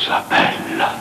cosa bella.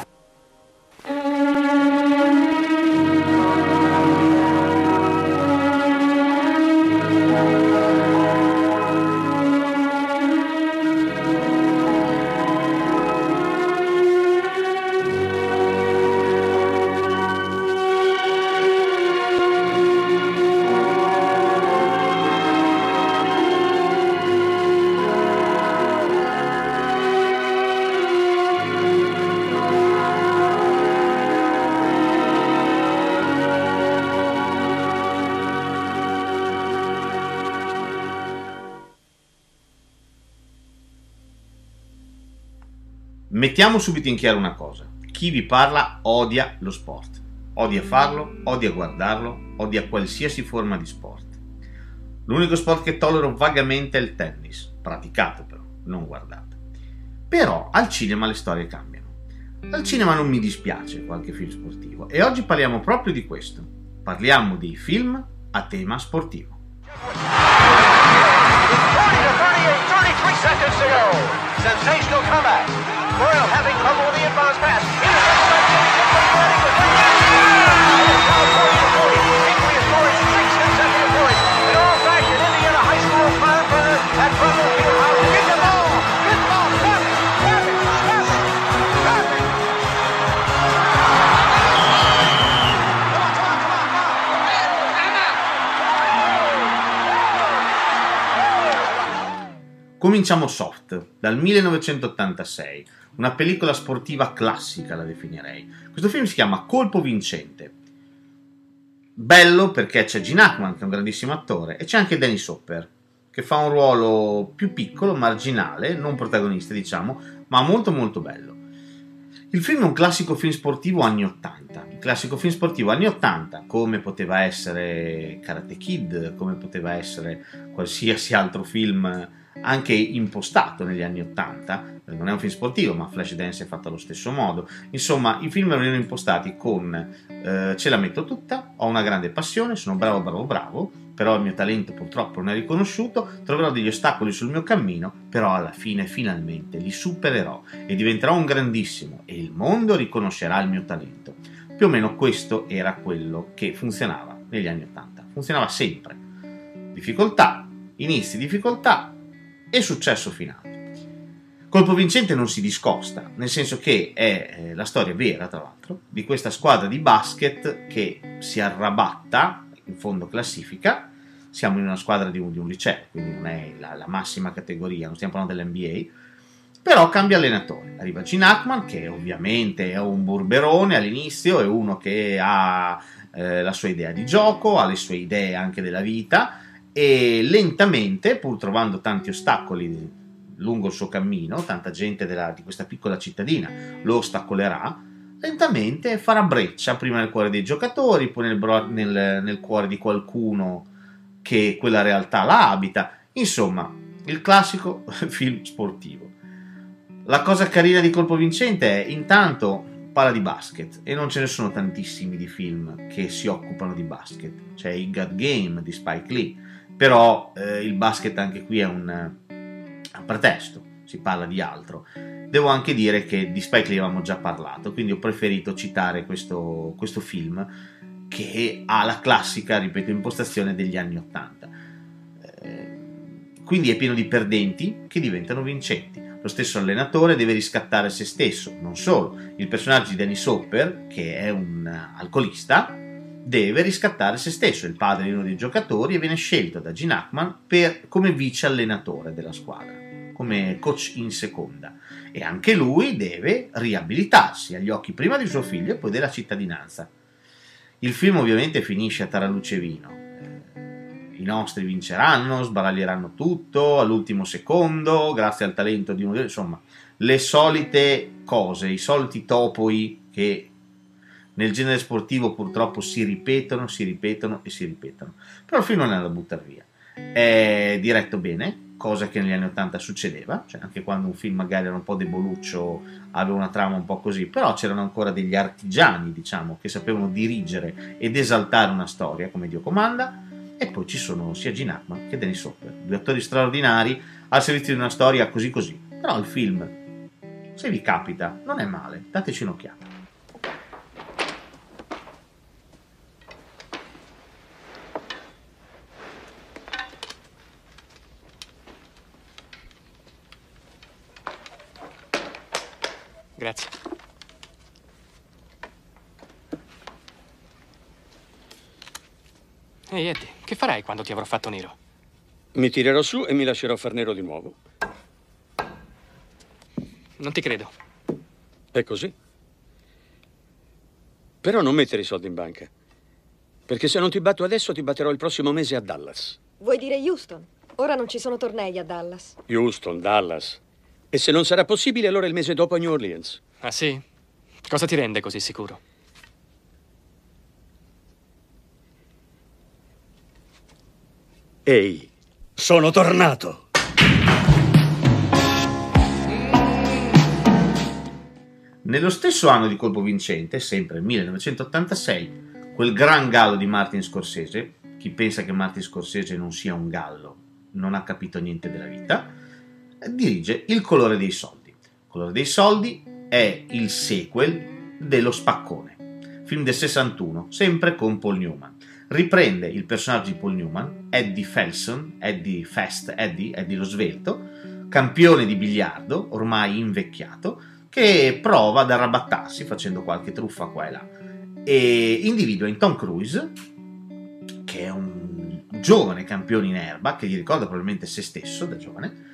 Mettiamo subito in chiaro una cosa: chi vi parla odia lo sport, odia farlo, odia guardarlo, odia qualsiasi forma di sport. L'unico sport che tollero vagamente è il tennis, praticato però, non guardato. Però al cinema le storie cambiano. Al cinema non mi dispiace qualche film sportivo e oggi parliamo proprio di questo. Parliamo dei film a tema sportivo. 33 seconds to go. Sensational comeback. Boyle having trouble with the advance pass. Hinkley is scoring 6 consecutive points. In all fashion, Indiana high school fire runner at Russell Fieldhouse. Get the ball! Get the ball! Stop it! Stop it! Stop it! Stop it! Cominciamo soft, dal 1986, una pellicola sportiva classica la definirei. Questo film si chiama Colpo vincente. Bello perché c'è Gene Hackman, che è un grandissimo attore, e c'è anche Dennis Hopper, che fa un ruolo più piccolo, marginale, non protagonista diciamo, ma molto molto bello. Il film è un classico film sportivo anni 80, un classico film sportivo anni 80, come poteva essere Karate Kid, come poteva essere qualsiasi altro film anche impostato negli anni 80, non è un film sportivo ma Flashdance è fatto allo stesso modo. Insomma, i film venivano impostati con ce la metto tutta, ho una grande passione, sono bravo, però il mio talento purtroppo non è riconosciuto, troverò degli ostacoli sul mio cammino, però alla fine finalmente li supererò e diventerò un grandissimo e il mondo riconoscerà il mio talento. Più o meno questo era quello che funzionava negli anni 80, funzionava sempre. Difficoltà, inizi, difficoltà e successo finale. Colpo vincente non si discosta, nel senso che è la storia vera, tra l'altro, di questa squadra di basket che si arrabatta in fondo classifica. Siamo in una squadra di un liceo, quindi non è la massima categoria, non stiamo parlando dell'NBA, però cambia allenatore. Arriva Gene Hackman, che ovviamente è un burberone all'inizio, è uno che ha la sua idea di gioco, ha le sue idee anche della vita, e lentamente, pur trovando tanti ostacoli lungo il suo cammino, tanta gente di questa piccola cittadina lo ostacolerà, lentamente farà breccia prima nel cuore dei giocatori, poi nel cuore di qualcuno che quella realtà la abita. Insomma, il classico film sportivo. La cosa carina di Colpo vincente è intanto parla di basket e non ce ne sono tantissimi di film che si occupano di basket. C'è il God Game di Spike Lee, però il basket anche qui è un pretesto, si parla di altro. Devo anche dire che di Spike Lee avevamo già parlato, quindi ho preferito citare questo film che ha la classica, ripeto, impostazione degli anni 80. Quindi è pieno di perdenti che diventano vincenti. Lo stesso allenatore deve riscattare se stesso, non solo. Il personaggio di Dennis Hopper, che è un alcolista, deve riscattare se stesso, il padre di uno dei giocatori, e viene scelto da Gene Hackman come vice allenatore della squadra, come coach in seconda, e anche lui deve riabilitarsi agli occhi prima di suo figlio e poi della cittadinanza. Il film ovviamente finisce a Taraluce Vino. I nostri vinceranno, sbaraglieranno tutto all'ultimo secondo grazie al talento di uno insomma, le solite cose, i soliti topoi che nel genere sportivo purtroppo si ripetono. Però il film non è da buttare via, è diretto bene, cosa che negli anni 80 succedeva, cioè anche quando un film magari era un po' deboluccio, aveva una trama un po' così, però c'erano ancora degli artigiani, diciamo, che sapevano dirigere ed esaltare una storia come Dio comanda. E poi ci sono sia Gene Hackman che Dennis Hopper, due attori straordinari al servizio di una storia così. Però il film Se vi capita, non è male, dateci un'occhiata. Grazie. Ehi, Eddie, che farai quando ti avrò fatto nero? Mi tirerò su e mi lascerò far nero di nuovo. Non ti credo. È così. Però non mettere i soldi in banca. Perché se non ti batto adesso, ti batterò il prossimo mese a Dallas. Vuoi dire Houston? Ora non ci sono tornei a Dallas. Houston, Dallas. E se non sarà possibile, allora il mese dopo a New Orleans. Ah, sì? Cosa ti rende così sicuro? Ehi, sono tornato! Nello stesso anno di Colpo Vincente, sempre 1986, quel gran gallo di Martin Scorsese, chi pensa che Martin Scorsese non sia un gallo non ha capito niente della vita, dirige Il colore dei soldi. Il colore dei soldi è il sequel dello Spaccone, film del 61, sempre con Paul Newman. Riprende il personaggio di Paul Newman, Eddie Felson, Eddie lo svelto, campione di biliardo, ormai invecchiato, che prova ad arrabattarsi facendo qualche truffa qua e là, e individua in Tom Cruise, che è un giovane campione in erba, che gli ricorda probabilmente se stesso da giovane,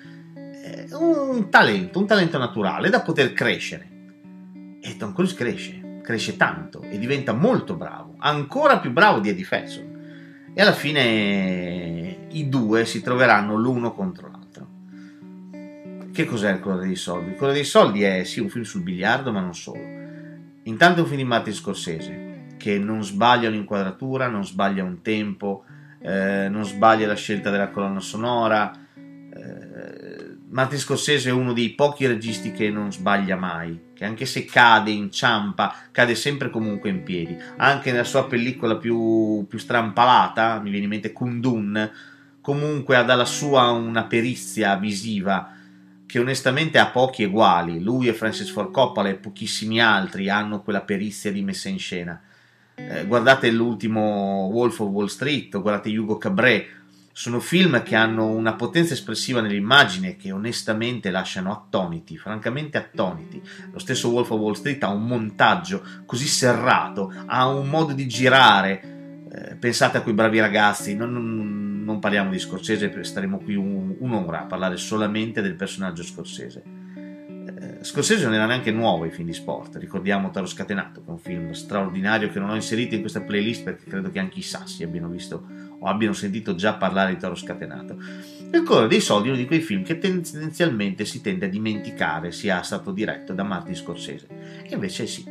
un talento naturale da poter crescere. E Tom Cruise cresce tanto e diventa molto bravo, ancora più bravo di Eddie Felson, e alla fine i due si troveranno l'uno contro l'altro. Che cos'è Il colore dei soldi? Il colore dei soldi è sì un film sul biliardo, ma non solo. Intanto è un film di Martin Scorsese, che non sbaglia un'inquadratura, non sbaglia un tempo, non sbaglia la scelta della colonna sonora. Martin Scorsese è uno dei pochi registi che non sbaglia mai, che anche se cade, inciampa, cade sempre comunque in piedi. Anche nella sua pellicola più strampalata, mi viene in mente Kundun, comunque ha dalla sua una perizia visiva che onestamente ha pochi eguali. Lui e Francis Ford Coppola e pochissimi altri hanno quella perizia di messa in scena. Guardate l'ultimo Wolf of Wall Street, guardate Hugo Cabret, sono film che hanno una potenza espressiva nell'immagine che onestamente lasciano attoniti, francamente attoniti. Lo stesso Wolf of Wall Street ha un montaggio così serrato, ha un modo di girare, pensate a quei bravi ragazzi, non parliamo di Scorsese, staremo qui un'ora a parlare solamente del personaggio Scorsese. Scorsese non era neanche nuovo ai film di sport, ricordiamo Toro Scatenato, che è un film straordinario che non ho inserito in questa playlist perché credo che anche i sassi abbiano visto o abbiano sentito già parlare di Toro Scatenato. Il colore dei soldi è uno di quei film che tendenzialmente si tende a dimenticare sia stato diretto da Martin Scorsese, e invece sì.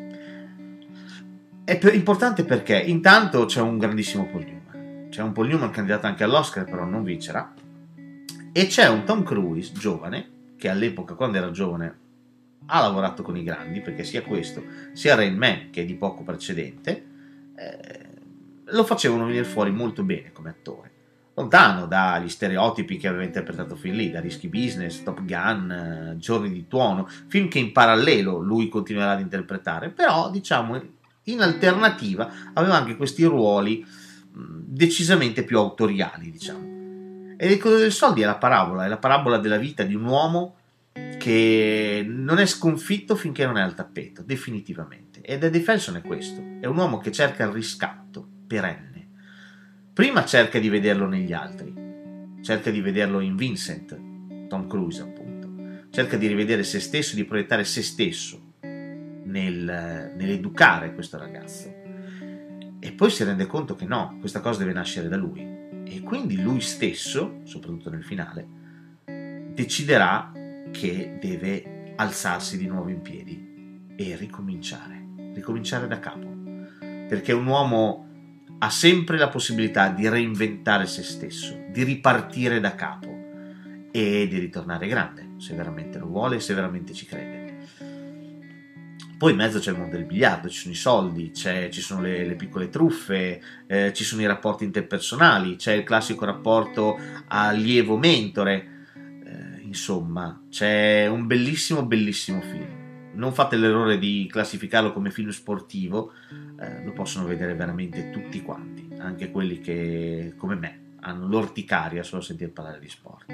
È importante perché intanto c'è un grandissimo Paul Newman, c'è un Paul Newman candidato anche all'Oscar, però non vincerà, e c'è un Tom Cruise giovane che all'epoca, quando era giovane, ha lavorato con i grandi, perché sia questo sia Rain Man, che è di poco precedente, lo facevano venire fuori molto bene come attore, lontano dagli stereotipi che aveva interpretato fin lì, da Risky Business, Top Gun, Giorni di tuono, film che in parallelo lui continuerà ad interpretare, però diciamo in alternativa aveva anche questi ruoli decisamente più autoriali, diciamo. E Il colore dei soldi è la parabola della vita di un uomo che non è sconfitto finché non è al tappeto, definitivamente. Ed Eddie Felson è questo, è un uomo che cerca il riscatto perenne. Prima cerca di vederlo negli altri, cerca di vederlo in Vincent, Tom Cruise appunto, cerca di rivedere se stesso, di proiettare se stesso nell'educare questo ragazzo, e poi si rende conto che no, questa cosa deve nascere da lui, e quindi lui stesso, soprattutto nel finale, deciderà che deve alzarsi di nuovo in piedi e ricominciare da capo, perché un uomo ha sempre la possibilità di reinventare se stesso, di ripartire da capo e di ritornare grande, se veramente lo vuole, se veramente ci crede. Poi in mezzo c'è il mondo del biliardo, ci sono i soldi, ci sono le piccole truffe, ci sono i rapporti interpersonali, c'è il classico rapporto allievo-mentore, insomma, c'è un bellissimo film. non fate l'errore di classificarlo come film sportivo, lo possono vedere veramente tutti quanti, anche quelli che, come me, hanno l'orticaria solo a sentire parlare di sport.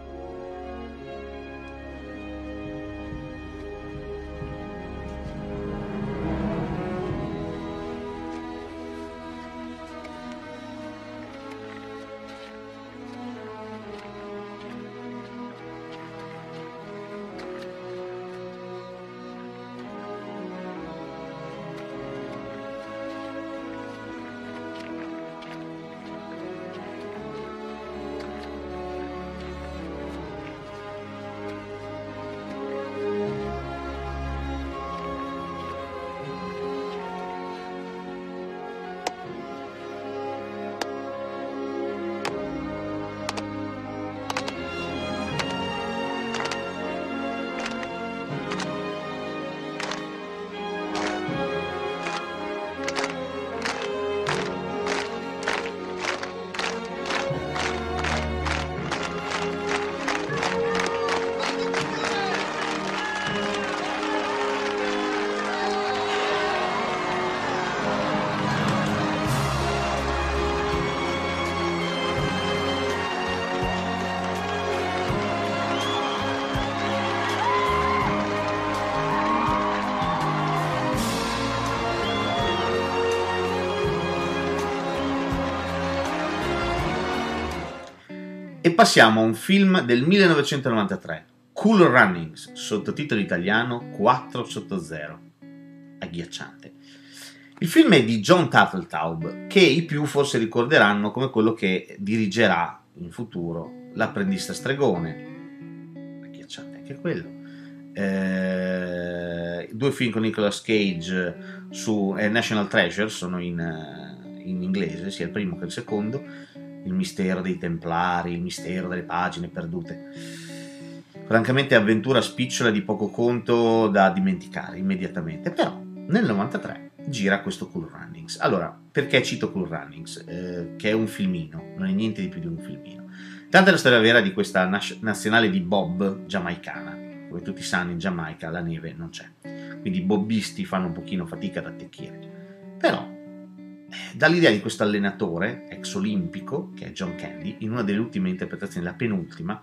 E passiamo a un film del 1993, Cool Runnings, sottotitolo italiano 4 sotto 0. Agghiacciante. Il film è di John Turteltaub, che i più forse ricorderanno come quello che dirigerà in futuro L'apprendista stregone. Agghiacciante anche quello. 2 film con Nicolas Cage su National Treasure, sono in inglese, sia il primo che il secondo. Il mistero dei Templari, il mistero delle pagine perdute. Francamente avventura spicciola di poco conto da dimenticare immediatamente, però nel 93 gira questo Cool Runnings. Allora, perché cito Cool Runnings? Che è un filmino, non è niente di più di un filmino. Tanta è la storia vera di questa nazionale di bob giamaicana. Come tutti sanno, in Giamaica la neve non c'è, quindi i bobbisti fanno un pochino fatica ad attecchire. Però dall'idea di questo allenatore ex olimpico, che è John Candy, in una delle ultime interpretazioni, la penultima,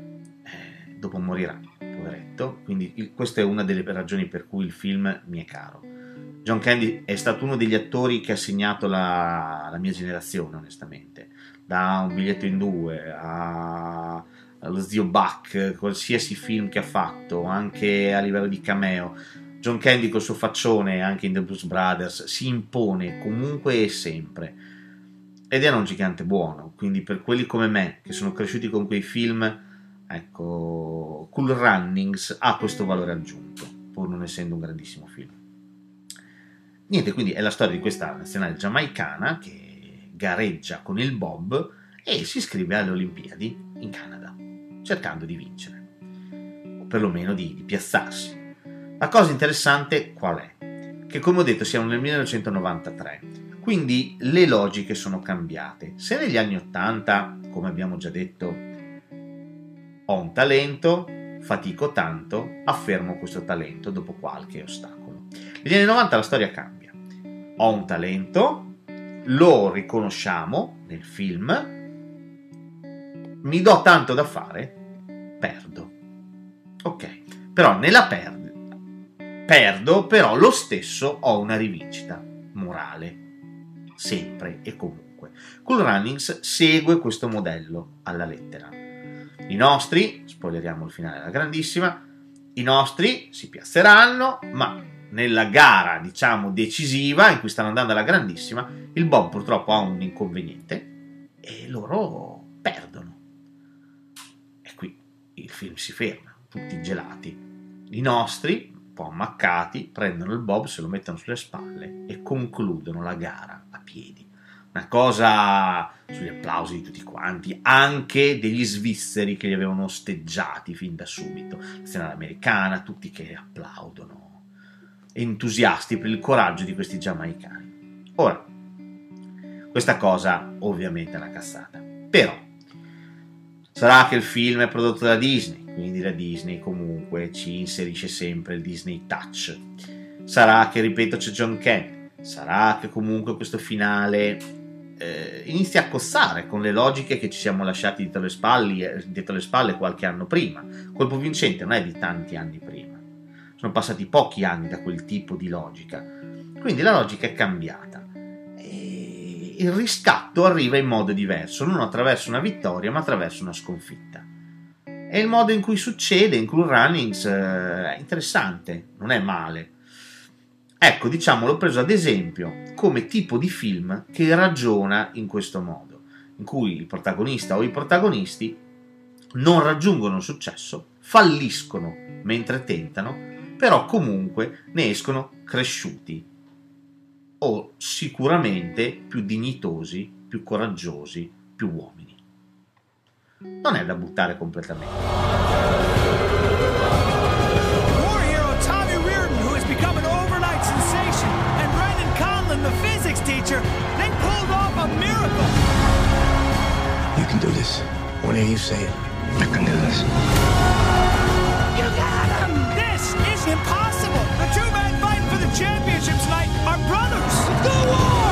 dopo morirà, poveretto, quindi questa è una delle ragioni per cui il film mi è caro. John Candy è stato uno degli attori che ha segnato la mia generazione, onestamente, da Un biglietto in due allo Zio Buck, qualsiasi film che ha fatto, anche a livello di cameo. John Candy col suo faccione, anche in The Blues Brothers, si impone comunque e sempre, ed era un gigante buono, quindi per quelli come me che sono cresciuti con quei film, ecco, Cool Runnings ha questo valore aggiunto, pur non essendo un grandissimo film. Niente, quindi è la storia di questa nazionale giamaicana che gareggia con il bob e si iscrive alle Olimpiadi in Canada, cercando di vincere, o perlomeno di piazzarsi. La cosa interessante qual è? Che, come ho detto, siamo nel 1993, quindi le logiche sono cambiate. Se negli anni 80, come abbiamo già detto, ho un talento, fatico tanto, affermo questo talento dopo qualche ostacolo. Negli anni 90 la storia cambia. Ho un talento, lo riconosciamo nel film, mi do tanto da fare, perdo. Ok, però nella perdo, però lo stesso ho una rivincita morale, sempre e comunque. Cool Runnings segue questo modello alla lettera. I nostri, spoileriamo il finale alla grandissima, i nostri si piazzeranno, ma nella gara, diciamo, decisiva, in cui stanno andando alla grandissima, il bob purtroppo ha un inconveniente e loro perdono. E qui il film si ferma, tutti gelati. I nostri, un po' ammaccati, prendono il bob, se lo mettono sulle spalle e concludono la gara a piedi. Una cosa sugli applausi di tutti quanti, anche degli svizzeri che li avevano osteggiati fin da subito, la nazionale americana, tutti che applaudono, entusiasti per il coraggio di questi giamaicani. Ora, questa cosa ovviamente è una cazzata, però sarà che il film è prodotto da Disney, quindi la Disney comunque ci inserisce sempre il Disney Touch. Sarà che, ripeto, c'è John Kent, sarà che comunque questo finale inizia a cozzare con le logiche che ci siamo lasciati dietro le spalle qualche anno prima. Colpo vincente non è di tanti anni prima, sono passati pochi anni da quel tipo di logica, quindi la logica è cambiata e il riscatto arriva in modo diverso, non attraverso una vittoria ma attraverso una sconfitta. E il modo in cui succede in Cool Runnings è interessante, non è male. Ecco, diciamo, l'ho preso ad esempio come tipo di film che ragiona in questo modo, in cui il protagonista o i protagonisti non raggiungono successo, falliscono mentre tentano, però comunque ne escono cresciuti o sicuramente più dignitosi, più coraggiosi, più uomini. Non è da buttare completamente. The physics teacher, they pulled off a miracle. You can do this. What are you saying? I can do this. You got him! This is impossible. The two men fighting for the championship tonight are brothers. Go war!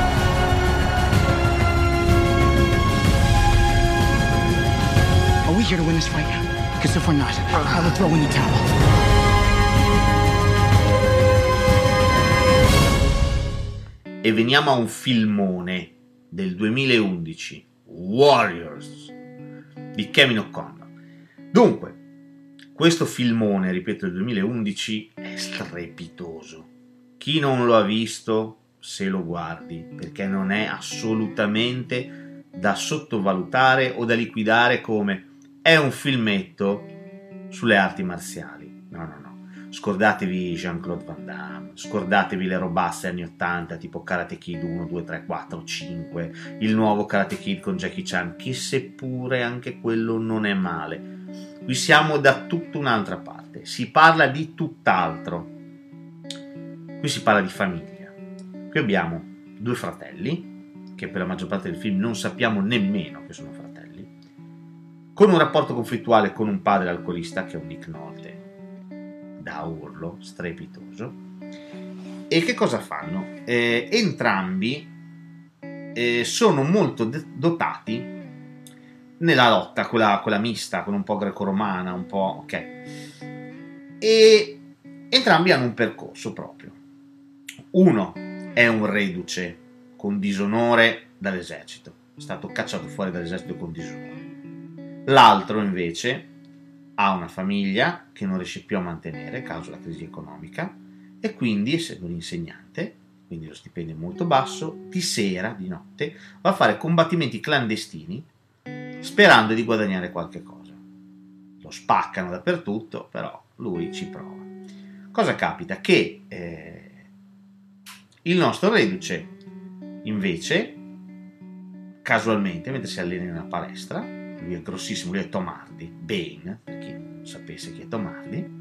Are we here to win this fight? Because if we're not, I will throw in the towel. E veniamo a un filmone del 2011, Warriors, di Kevin O'Connor. Dunque, questo filmone, ripeto, del 2011 è strepitoso. Chi non lo ha visto, se lo guardi, perché non è assolutamente da sottovalutare o da liquidare come è un filmetto sulle arti marziali. No. Scordatevi Jean-Claude Van Damme, scordatevi le robazze anni 80 tipo Karate Kid 1, 2, 3, 4, 5, il nuovo Karate Kid con Jackie Chan, che seppure anche quello non è male. Qui siamo da tutta un'altra parte, si parla di tutt'altro. Qui si parla di famiglia. Qui abbiamo due fratelli, che per la maggior parte del film non sappiamo nemmeno che sono fratelli, con un rapporto conflittuale con un padre alcolista che è un Nick Nolte da urlo strepitoso. E che cosa fanno? Entrambi sono molto dotati nella lotta, quella mista, con un po' greco-romana, un po', ok. E entrambi hanno un percorso proprio. Uno è un reduce con disonore dall'esercito, è stato cacciato fuori dall'esercito con disonore. L'altro invece ha una famiglia che non riesce più a mantenere a causa della crisi economica e quindi, essendo un insegnante, quindi lo stipendio è molto basso, di sera, di notte, va a fare combattimenti clandestini sperando di guadagnare qualche cosa. Lo spaccano dappertutto, però lui ci prova. Cosa capita? Che il nostro reduce, invece, casualmente, mentre si allena in una palestra, lui è grossissimo, lui è Tom Hardy, Bane, per chi non sapesse chi è Tom Hardy,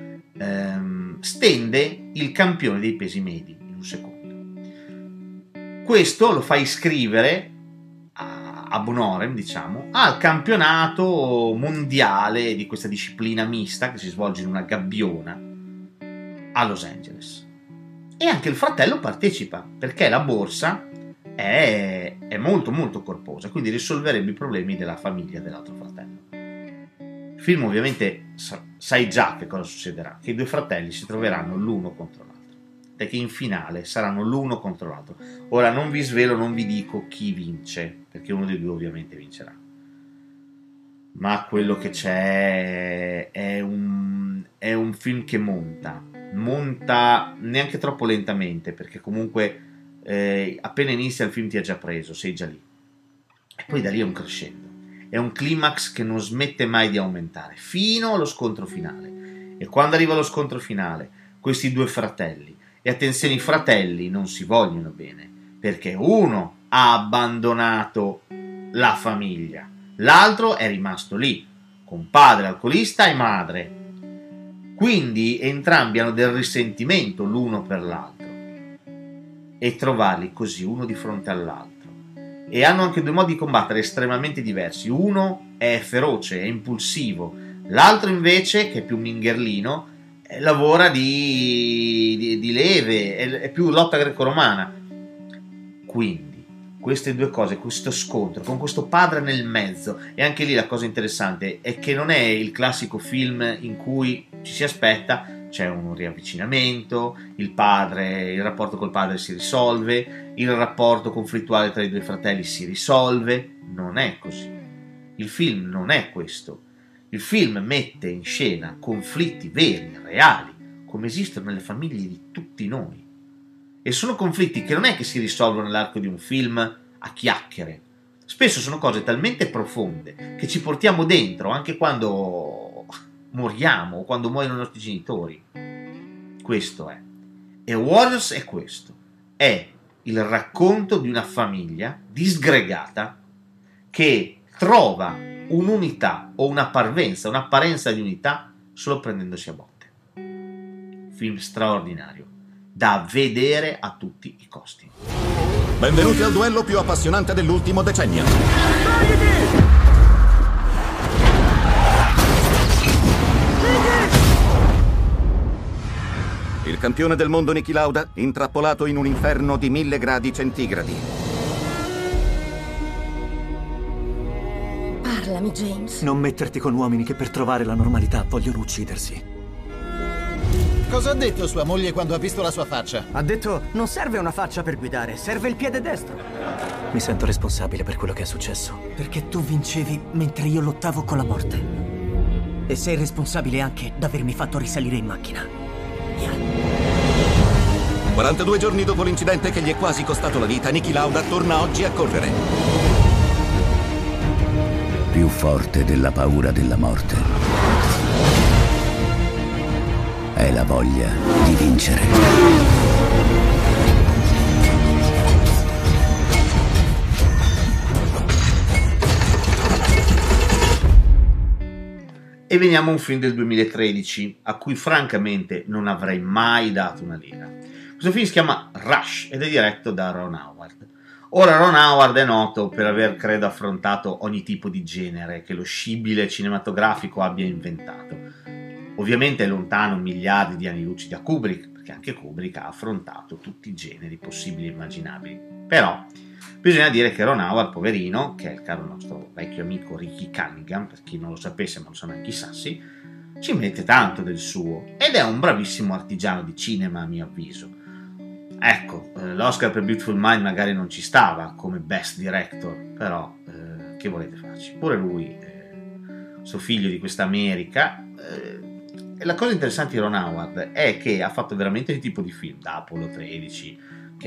stende il campione dei pesi medi in un secondo. Questo lo fa iscrivere a buonorem, diciamo, al campionato mondiale di questa disciplina mista che si svolge in una gabbiona a Los Angeles. E anche il fratello partecipa, perché la borsa è molto molto corposa, quindi risolverebbe i problemi della famiglia dell'altro fratello. Il film ovviamente sai già che cosa succederà, che i due fratelli si troveranno l'uno contro l'altro, e che in finale saranno l'uno contro l'altro. Ora non vi svelo, non vi dico chi vince, perché uno dei due ovviamente vincerà, ma quello che c'è è un film che monta neanche troppo lentamente, perché comunque appena inizia il film ti ha già preso, sei già lì, e poi da lì è un crescendo, è un climax che non smette mai di aumentare fino allo scontro finale. E quando arriva lo scontro finale, questi due fratelli, e attenzione, i fratelli non si vogliono bene, perché uno ha abbandonato la famiglia, l'altro è rimasto lì con padre alcolista e madre, quindi entrambi hanno del risentimento l'uno per l'altro, e trovarli così uno di fronte all'altro, e hanno anche due modi di combattere estremamente diversi. Uno è feroce, è impulsivo, L'altro invece, che è più mingherlino, lavora di leve, è più lotta greco-romana. Quindi queste due cose, questo scontro con questo padre nel mezzo, e anche lì la cosa interessante è che non è il classico film in cui ci si aspetta, c'è un riavvicinamento, il rapporto col padre si risolve, il rapporto conflittuale tra i due fratelli si risolve. Non è così. Il film non è questo. Il film mette in scena conflitti veri, reali, come esistono nelle famiglie di tutti noi. E sono conflitti che non è che si risolvono nell'arco di un film a chiacchiere. Spesso sono cose talmente profonde che ci portiamo dentro anche quando moriamo o quando muoiono i nostri genitori. Questo è. E Warriors è questo. È il racconto di una famiglia disgregata che trova un'unità o una parvenza, un'apparenza di unità solo prendendosi a botte. Film straordinario, da vedere a tutti i costi. Benvenuti al duello più appassionante dell'ultimo decennio. Il campione del mondo Niki Lauda intrappolato in un inferno di 1000 gradi centigradi. Parlami, James. Non metterti con uomini che per trovare la normalità vogliono uccidersi. Cosa ha detto sua moglie quando ha visto la sua faccia? Ha detto: non serve una faccia per guidare, serve il piede destro. Mi sento responsabile per quello che è successo. Perché tu vincevi mentre io lottavo con la morte. E sei responsabile anche d'avermi fatto risalire in macchina. 42 giorni dopo l'incidente che gli è quasi costato la vita, Niki Lauda torna oggi a correre. Più forte della paura della morte è la voglia di vincere. E veniamo a un film del 2013 a cui francamente non avrei mai dato una lira. Questo film si chiama Rush ed è diretto da Ron Howard. Ora, Ron Howard è noto per aver, credo, affrontato ogni tipo di genere che lo scibile cinematografico abbia inventato. Ovviamente è lontano miliardi di anni luce da Kubrick, perché anche Kubrick ha affrontato tutti i generi possibili e immaginabili. Però bisogna dire che Ron Howard, poverino, che è il caro nostro vecchio amico Ricky Cunningham, per chi non lo sapesse ma lo sanno anche i sassi, ci mette tanto del suo ed è un bravissimo artigiano di cinema, a mio avviso. Ecco, l'Oscar per Beautiful Mind magari non ci stava come Best Director, però che volete farci? Pure lui, suo figlio di questa America. E la cosa interessante di Ron Howard è che ha fatto veramente il tipo di film, da Apollo 13,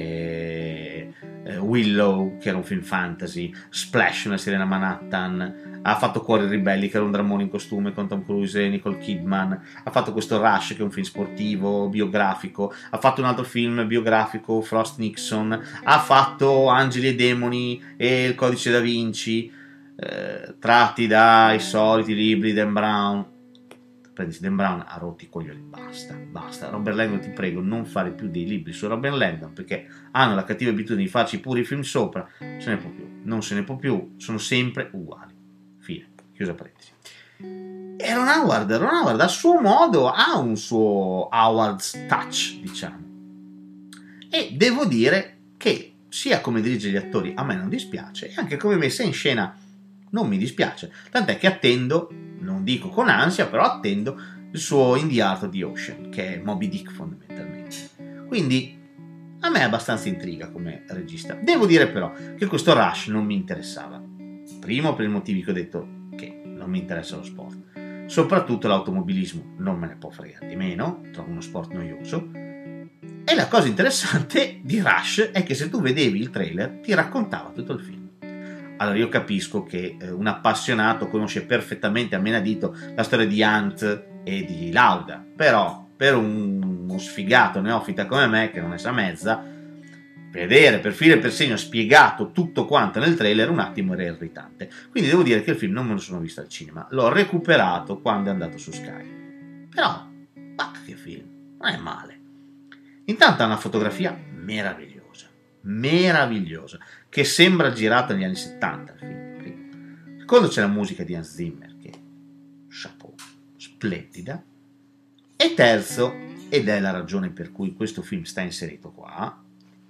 che Willow, che era un film fantasy, Splash, una sirena Manhattan, ha fatto Cuori ribelli, che era un drammone in costume con Tom Cruise e Nicole Kidman, ha fatto questo Rush, che è un film sportivo, biografico, ha fatto un altro film biografico, Frost Nixon, ha fatto Angeli e Demoni e Il Codice da Vinci, tratti dai soliti libri di Dan Brown. Dan Brown ha rotto i coglioni, basta. Robert Langdon, ti prego, non fare più dei libri su Robert Langdon, perché hanno la cattiva abitudine di farci pure i film sopra, non se ne può più, sono sempre uguali. Fine, chiusa parentesi. E Ron Howard a suo modo ha un suo Howard's touch, diciamo, e devo dire che sia come dirige gli attori a me non dispiace, e anche come messa in scena non mi dispiace, tant'è che attendo, non dico con ansia, però attendo il suo In the Heart of the Ocean, che è Moby Dick fondamentalmente. Quindi a me è abbastanza intriga come regista. Devo dire però che questo Rush non mi interessava. Primo per i motivi che ho detto, che non mi interessa lo sport. Soprattutto l'automobilismo non me ne può fregare di meno, trovo uno sport noioso. E la cosa interessante di Rush è che se tu vedevi il trailer ti raccontava tutto il film. Allora io capisco che un appassionato conosce perfettamente a menadito la storia di Hunt e di Lauda, però per uno sfigato neofita come me, che non ne sa mezza, vedere per filo e per segno spiegato tutto quanto nel trailer un attimo era irritante. Quindi devo dire che il film non me lo sono visto al cinema, l'ho recuperato quando è andato su Sky. Però, ma che film, non è male. Intanto ha una fotografia meravigliosa, che sembra girato negli anni 70 il film. Secondo c'è la musica di Hans Zimmer, che chapeau, splendida. E terzo, ed è la ragione per cui questo film sta inserito qua,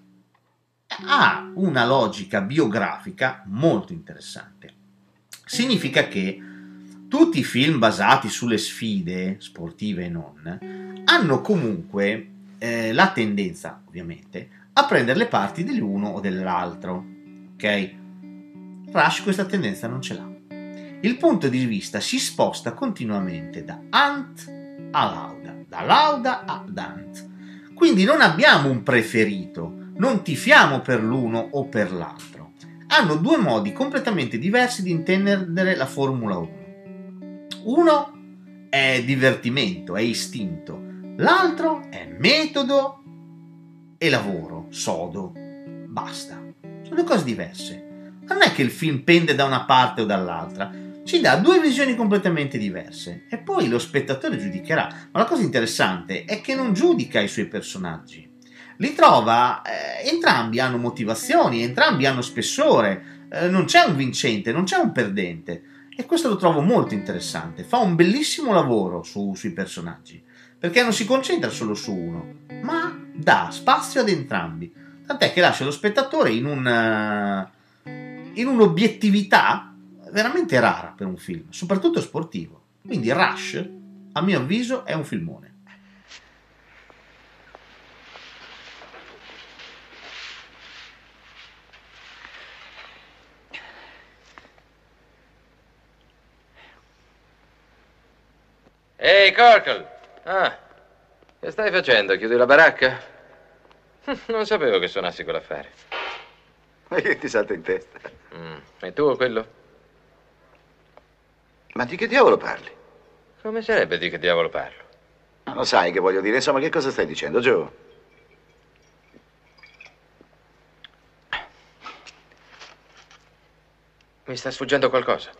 ha una logica biografica molto interessante. Significa che tutti i film basati sulle sfide, sportive e non, hanno comunque la tendenza, ovviamente, a prendere le parti dell'uno o dell'altro, ok? Rush questa tendenza non ce l'ha. Il punto di vista si sposta continuamente da Hunt a Lauda, da Lauda a Hunt. Quindi non abbiamo un preferito, non tifiamo per l'uno o per l'altro. Hanno due modi completamente diversi di intendere la Formula 1. Uno è divertimento, è istinto, l'altro è metodo e lavoro, sodo, basta. Sono due cose diverse. Non è che il film pende da una parte o dall'altra, ci dà due visioni completamente diverse e poi lo spettatore giudicherà. Ma la cosa interessante è che non giudica i suoi personaggi, li trova, entrambi hanno motivazioni, entrambi hanno spessore, non c'è un vincente, non c'è un perdente. E questo lo trovo molto interessante, fa un bellissimo lavoro sui personaggi, perché non si concentra solo su uno, ma dà spazio ad entrambi, tant'è che lascia lo spettatore in un'obiettività veramente rara per un film, soprattutto sportivo. Quindi Rush, a mio avviso, è un filmone. Ehi, Corkle! Ah, che stai facendo? Chiudi la baracca? Non sapevo che suonassi quell'affare. Ma che ti salta in testa? E tu, quello? Ma di che diavolo parli? Come sarebbe di che diavolo parlo? Non lo sai che voglio dire, insomma, che cosa stai dicendo, Joe? Mi sta sfuggendo qualcosa.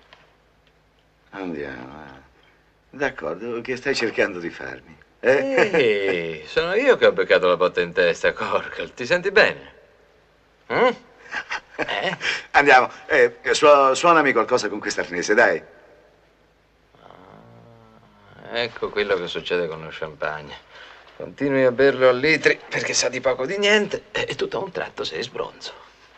Andiamo. D'accordo, che stai cercando di farmi? Ehi, sono io che ho beccato la botta in testa, Corkle. Ti senti bene? Andiamo, suonami qualcosa con quest'arnese, dai. Ecco quello che succede con lo champagne. Continui a berlo a litri perché sa di poco di niente e tutto a un tratto sei sbronzo.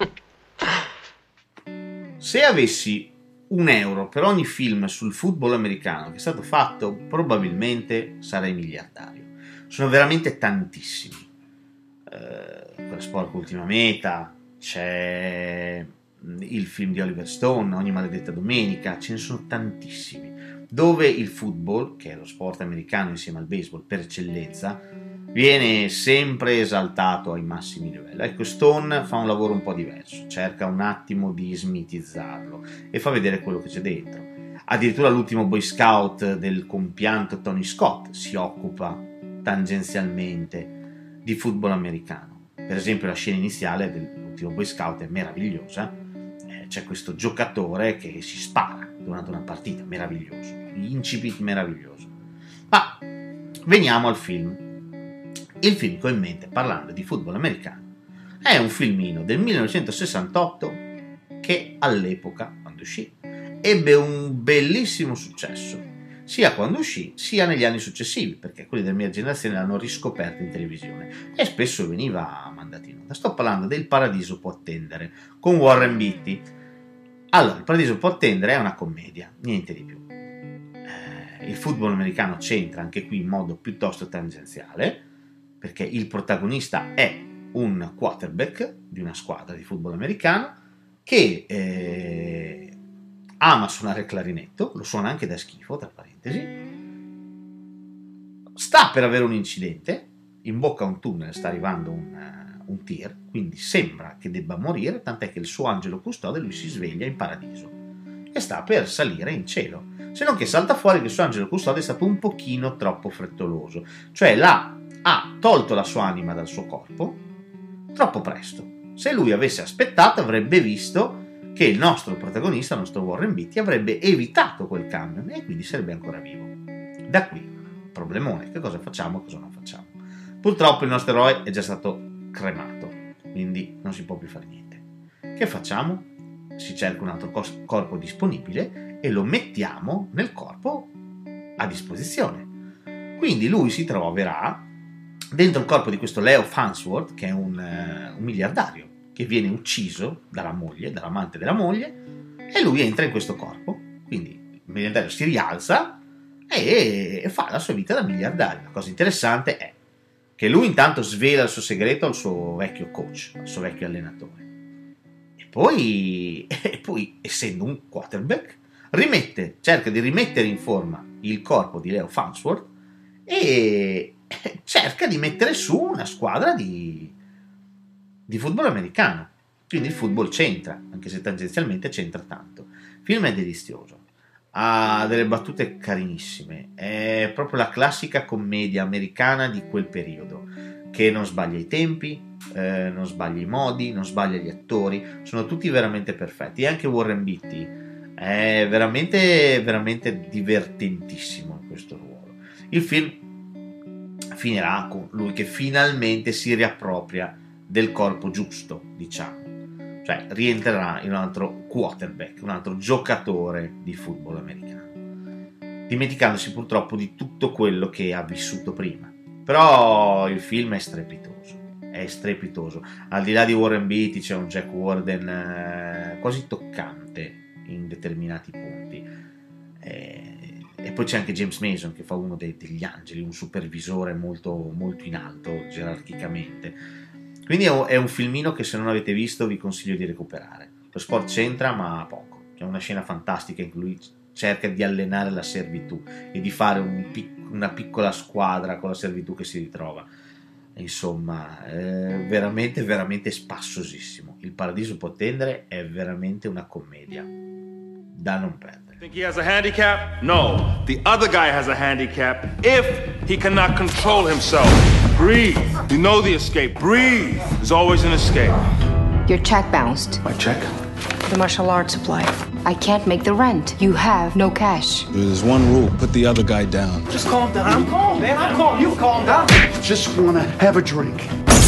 Se avessi €1 per ogni film sul football americano che è stato fatto, probabilmente sarei miliardario. Sono veramente tantissimi. Quella sporca ultima meta, c'è il film di Oliver Stone, Ogni maledetta domenica, ce ne sono tantissimi, dove il football, che è lo sport americano insieme al baseball per eccellenza, viene sempre esaltato ai massimi livelli. Ecco, Stone fa un lavoro un po' diverso, cerca un attimo di smitizzarlo e fa vedere quello che c'è dentro. Addirittura l'ultimo Boy Scout del compianto Tony Scott si occupa tangenzialmente di football americano. Per esempio la scena iniziale dell'ultimo Boy Scout è meravigliosa, c'è questo giocatore che si spara durante una partita, meraviglioso, incipit meraviglioso. Ma veniamo al film. Il film che ho in mente parlando di football americano è un filmino del 1968 che all'epoca, quando uscì, ebbe un bellissimo successo, sia quando uscì sia negli anni successivi, perché quelli della mia generazione l'hanno riscoperto in televisione e spesso veniva mandato in onda. Sto parlando del Paradiso può attendere con Warren Beatty. Allora, Il Paradiso può attendere è una commedia, niente di più. Il football americano c'entra anche qui in modo piuttosto tangenziale, perché il protagonista è un quarterback di una squadra di football americano che ama suonare il clarinetto, lo suona anche da schifo, tra parentesi, sta per avere un incidente, imbocca un tunnel, sta arrivando un tir, quindi sembra che debba morire, tant'è che il suo angelo custode, lui si sveglia in paradiso e sta per salire in cielo, se non che salta fuori che il suo angelo custode è stato un pochino troppo frettoloso, cioè ha tolto la sua anima dal suo corpo troppo presto. Se lui avesse aspettato avrebbe visto che il nostro protagonista, il nostro Warren Beatty, avrebbe evitato quel camion e quindi sarebbe ancora vivo. Da qui, problemone, che cosa facciamo e cosa non facciamo? Purtroppo il nostro eroe è già stato cremato, quindi non si può più fare niente. Che facciamo? Si cerca un altro corpo disponibile e lo mettiamo nel corpo a disposizione. Quindi lui si troverà dentro il corpo di questo Leo Farnsworth, che è un miliardario, che viene ucciso dalla moglie, dall'amante della moglie, e lui entra in questo corpo. Quindi il miliardario si rialza e fa la sua vita da miliardario. La cosa interessante è che lui intanto svela il suo segreto al suo vecchio coach, al suo vecchio allenatore. E poi essendo un quarterback, cerca di rimettere in forma il corpo di Leo Farnsworth e cerca di mettere su una squadra di football americano. Quindi il football c'entra, anche se tangenzialmente c'entra tanto. Il film è delizioso, ha delle battute carinissime, è proprio la classica commedia americana di quel periodo, che non sbaglia i tempi, non sbaglia i modi, non sbaglia gli attori, sono tutti veramente perfetti. E anche Warren Beatty è veramente, veramente divertentissimo in questo ruolo. Il film finirà con lui che finalmente si riappropria del corpo giusto, diciamo, cioè rientrerà in un altro quarterback, un altro giocatore di football americano, dimenticandosi purtroppo di tutto quello che ha vissuto prima. Però il film è strepitoso, al di là di Warren Beatty c'è un Jack Warden quasi toccante in determinati punti, e poi c'è anche James Mason che fa uno degli angeli, un supervisore molto, molto in alto gerarchicamente. Quindi è un filmino che, se non avete visto, vi consiglio di recuperare. Lo sport c'entra, ma poco. C'è una scena fantastica in cui lui cerca di allenare la servitù e di fare una piccola squadra con la servitù che si ritrova. Insomma, è veramente, veramente spassosissimo. Il paradiso può tendere è veramente una commedia da non perdere. Think he has a handicap? No. The other guy has a handicap if he cannot control himself. Breathe. You know the escape. Breathe. There's always an escape. Your check bounced. My check? The martial arts supply. I can't make the rent. You have no cash. There's one rule. Put the other guy down. Just calm down. I'm calm, man. I'm calm. You calm down. Just wanna have a drink.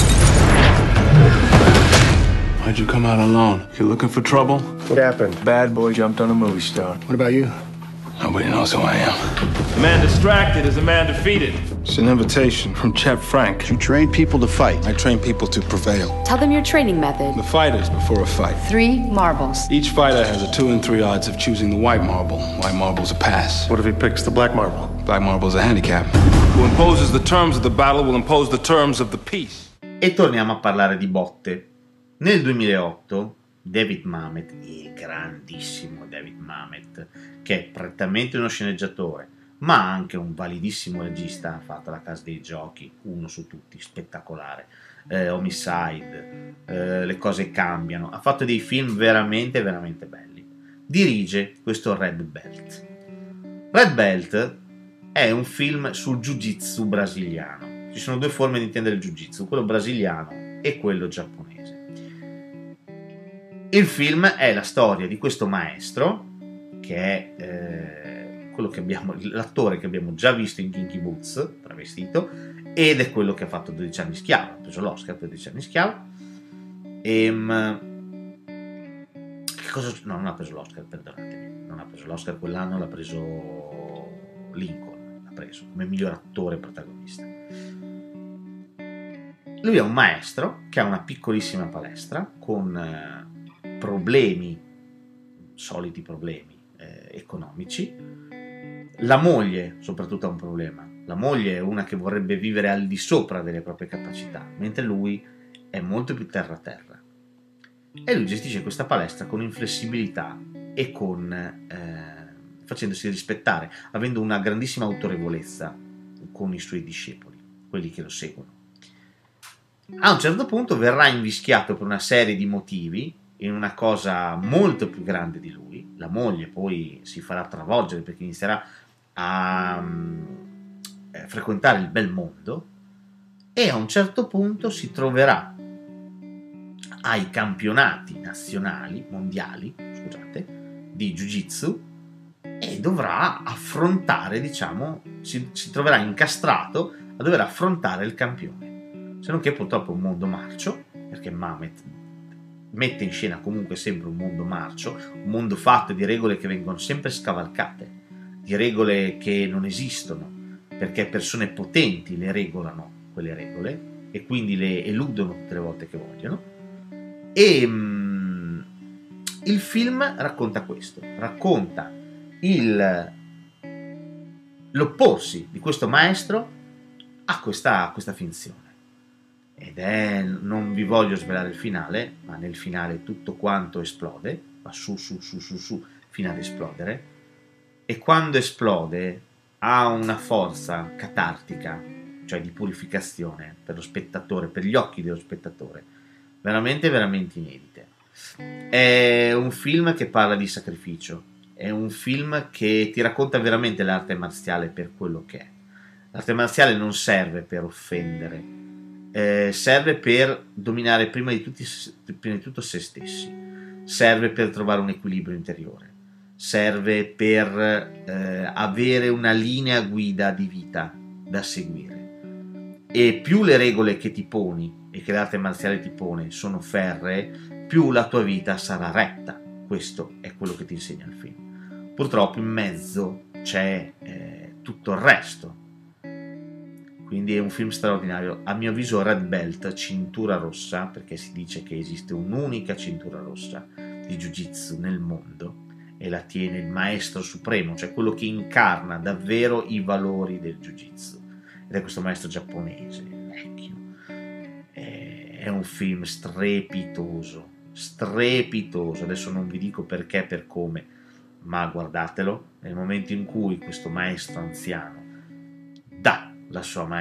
Why'd you come out alone? You looking for trouble? What happened? Bad boy jumped on a movie star. What about you? Nobody knows who I am. A man distracted is a man defeated. It's an invitation from Chet Frank. You train people to fight. I train people to prevail. Tell them your training method. The fighters before a fight. 3 marbles. Each fighter has a 2 in 3 odds of choosing the white marble. White marble's a pass. What if he picks the black marble? Black marble's a handicap. Who imposes the terms of the battle will impose the terms of the peace. E torniamo a parlare di botte. Nel 2008 David Mamet, il grandissimo David Mamet, che è prettamente uno sceneggiatore ma anche un validissimo regista, ha fatto La Casa dei Giochi, uno su tutti, spettacolare, Homicide, Le cose cambiano, ha fatto dei film veramente veramente belli. Dirige questo Red Belt. Red Belt è un film sul jiu-jitsu brasiliano. Ci sono 2 forme di intendere il jiu-jitsu, quello brasiliano e quello giapponese. Il film è la storia di questo maestro, che è quello che l'attore che abbiamo già visto in Kinky Boots, travestito, ed è quello che ha fatto 12 anni schiavo, ha preso l'Oscar per 12 anni schiavo. No, non ha preso l'Oscar, perdonatemi, non ha preso l'Oscar quell'anno, l'ha preso Lincoln, l'ha preso come miglior attore protagonista. Lui è un maestro che ha una piccolissima palestra con soliti problemi economici. La moglie soprattutto ha un problema. La moglie è una che vorrebbe vivere al di sopra delle proprie capacità, mentre lui è molto più terra-terra. E lui gestisce questa palestra con inflessibilità e facendosi rispettare, avendo una grandissima autorevolezza con i suoi discepoli, quelli che lo seguono. A un certo punto verrà invischiato per una serie di motivi in una cosa molto più grande di lui. La moglie poi si farà travolgere perché inizierà a frequentare il bel mondo e a un certo punto si troverà ai campionati nazionali, mondiali, di Jiu-Jitsu e dovrà affrontare, si troverà incastrato a dover affrontare il campione. Se non che purtroppo è un mondo marcio, perché Mamet mette in scena comunque sempre un mondo marcio, un mondo fatto di regole che vengono sempre scavalcate, di regole che non esistono, perché persone potenti le regolano quelle regole e quindi le eludono tutte le volte che vogliono. E il film racconta questo, racconta l'opporsi di questo maestro a questa finzione. Ed non vi voglio svelare il finale, ma nel finale tutto quanto esplode, va su, fino ad esplodere, e quando esplode ha una forza catartica, cioè di purificazione per lo spettatore, per gli occhi dello spettatore, veramente, veramente inedite. È un film che parla di sacrificio, è un film che ti racconta veramente l'arte marziale per quello che è. L'arte marziale non serve per offendere, serve per dominare prima di tutto se stessi, serve per trovare un equilibrio interiore, serve per avere una linea guida di vita da seguire. E più le regole che ti poni e che l'arte marziale ti pone sono ferree, più la tua vita sarà retta. Questo è quello che ti insegna il film. Purtroppo in mezzo c'è tutto il resto. Quindi è un film straordinario. A mio avviso Red Belt, cintura rossa, perché si dice che esiste un'unica cintura rossa di Jiu-Jitsu nel mondo e la tiene il maestro supremo, cioè quello che incarna davvero i valori del Jiu-Jitsu, ed è questo maestro giapponese vecchio. È un film strepitoso, adesso non vi dico perché, per come, ma guardatelo. Nel momento in cui questo maestro anziano dà la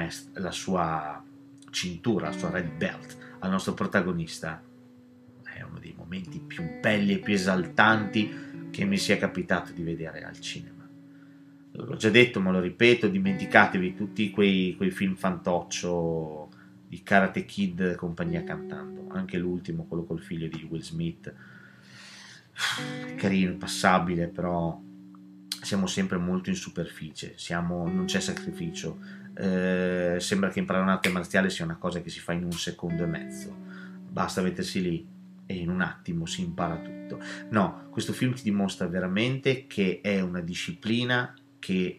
sua cintura, la sua red belt al nostro protagonista, è uno dei momenti più belli e più esaltanti che mi sia capitato di vedere al cinema. L'ho già detto, ma lo ripeto, dimenticatevi tutti quei film fantoccio di Karate Kid e compagnia cantando, anche l'ultimo, quello col figlio di Will Smith, carino, passabile, però siamo sempre molto in superficie, non c'è sacrificio. Sembra che imparare un'arte marziale sia una cosa che si fa in 1 secondo e mezzo, basta mettersi lì e in un attimo si impara tutto. No, questo film ti dimostra veramente che è una disciplina che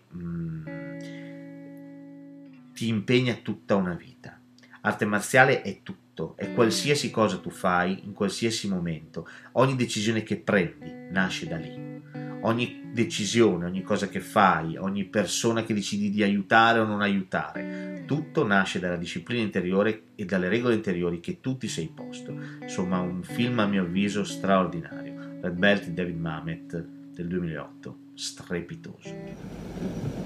ti impegna tutta una vita. Arte marziale è tutto, è qualsiasi cosa tu fai in qualsiasi momento, ogni decisione che prendi nasce da lì. Ogni decisione, ogni cosa che fai, ogni persona che decidi di aiutare o non aiutare, tutto nasce dalla disciplina interiore e dalle regole interiori che tu ti sei posto. Insomma, un film a mio avviso straordinario. Red Belt di David Mamet del 2008, strepitoso.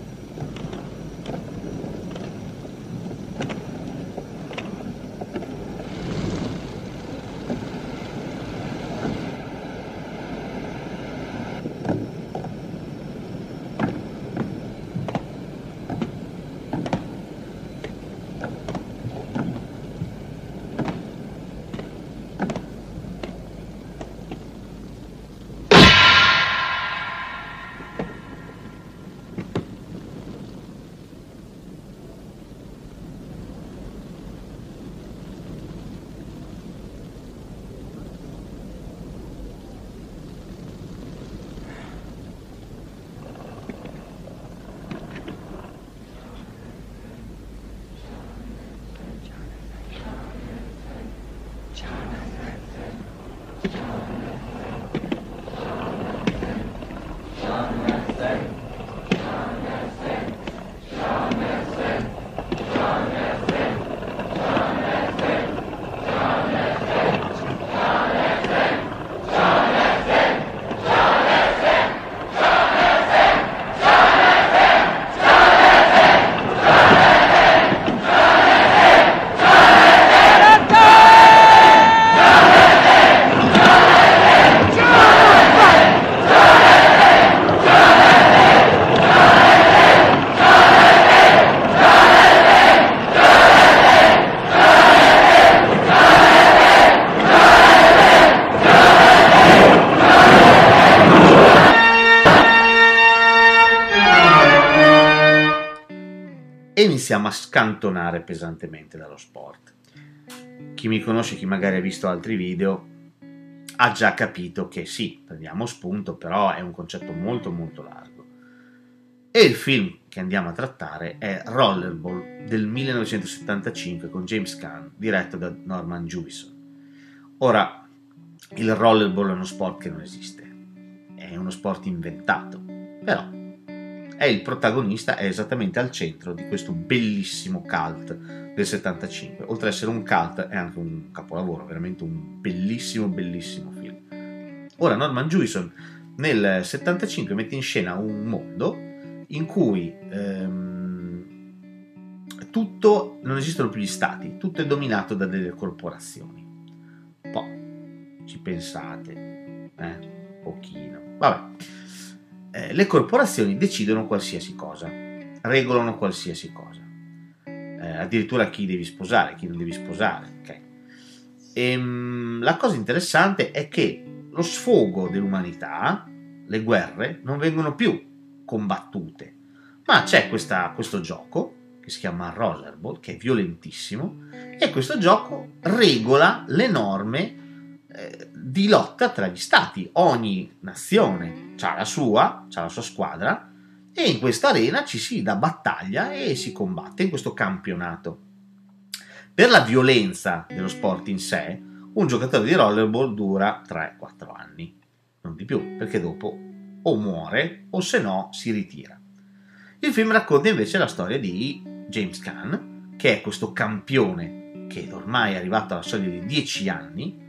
E iniziamo a scantonare pesantemente dallo sport. Chi mi conosce, chi magari ha visto altri video, ha già capito che sì, prendiamo spunto, però è un concetto molto molto largo. E il film che andiamo a trattare è Rollerball del 1975 con James Caan, diretto da Norman Jewison. Ora, il rollerball è uno sport che non esiste, è uno sport inventato, però è il protagonista, è esattamente al centro di questo bellissimo cult del 75. Oltre ad essere un cult è anche un capolavoro, veramente un bellissimo bellissimo film. Ora Norman Jewison nel 75 mette in scena un mondo in cui tutto, non esistono più gli stati, tutto è dominato da delle corporazioni. Poi ci pensate, pochino, vabbè. Le corporazioni decidono qualsiasi cosa, regolano qualsiasi cosa, addirittura chi devi sposare, chi non devi sposare, ok? La cosa interessante è che lo sfogo dell'umanità, le guerre, non vengono più combattute, ma c'è questo gioco che si chiama Rollerball, che è violentissimo, e questo gioco regola le norme di lotta tra gli stati. Ogni nazione ha la sua squadra, e in questa arena ci si dà battaglia e si combatte in questo campionato. Per la violenza dello sport in sé, un giocatore di rollerball dura 3-4 anni, non di più, perché dopo o muore o se no si ritira. Il film racconta invece la storia di James Caan, che è questo campione che ormai è arrivato alla soglia di 10 anni,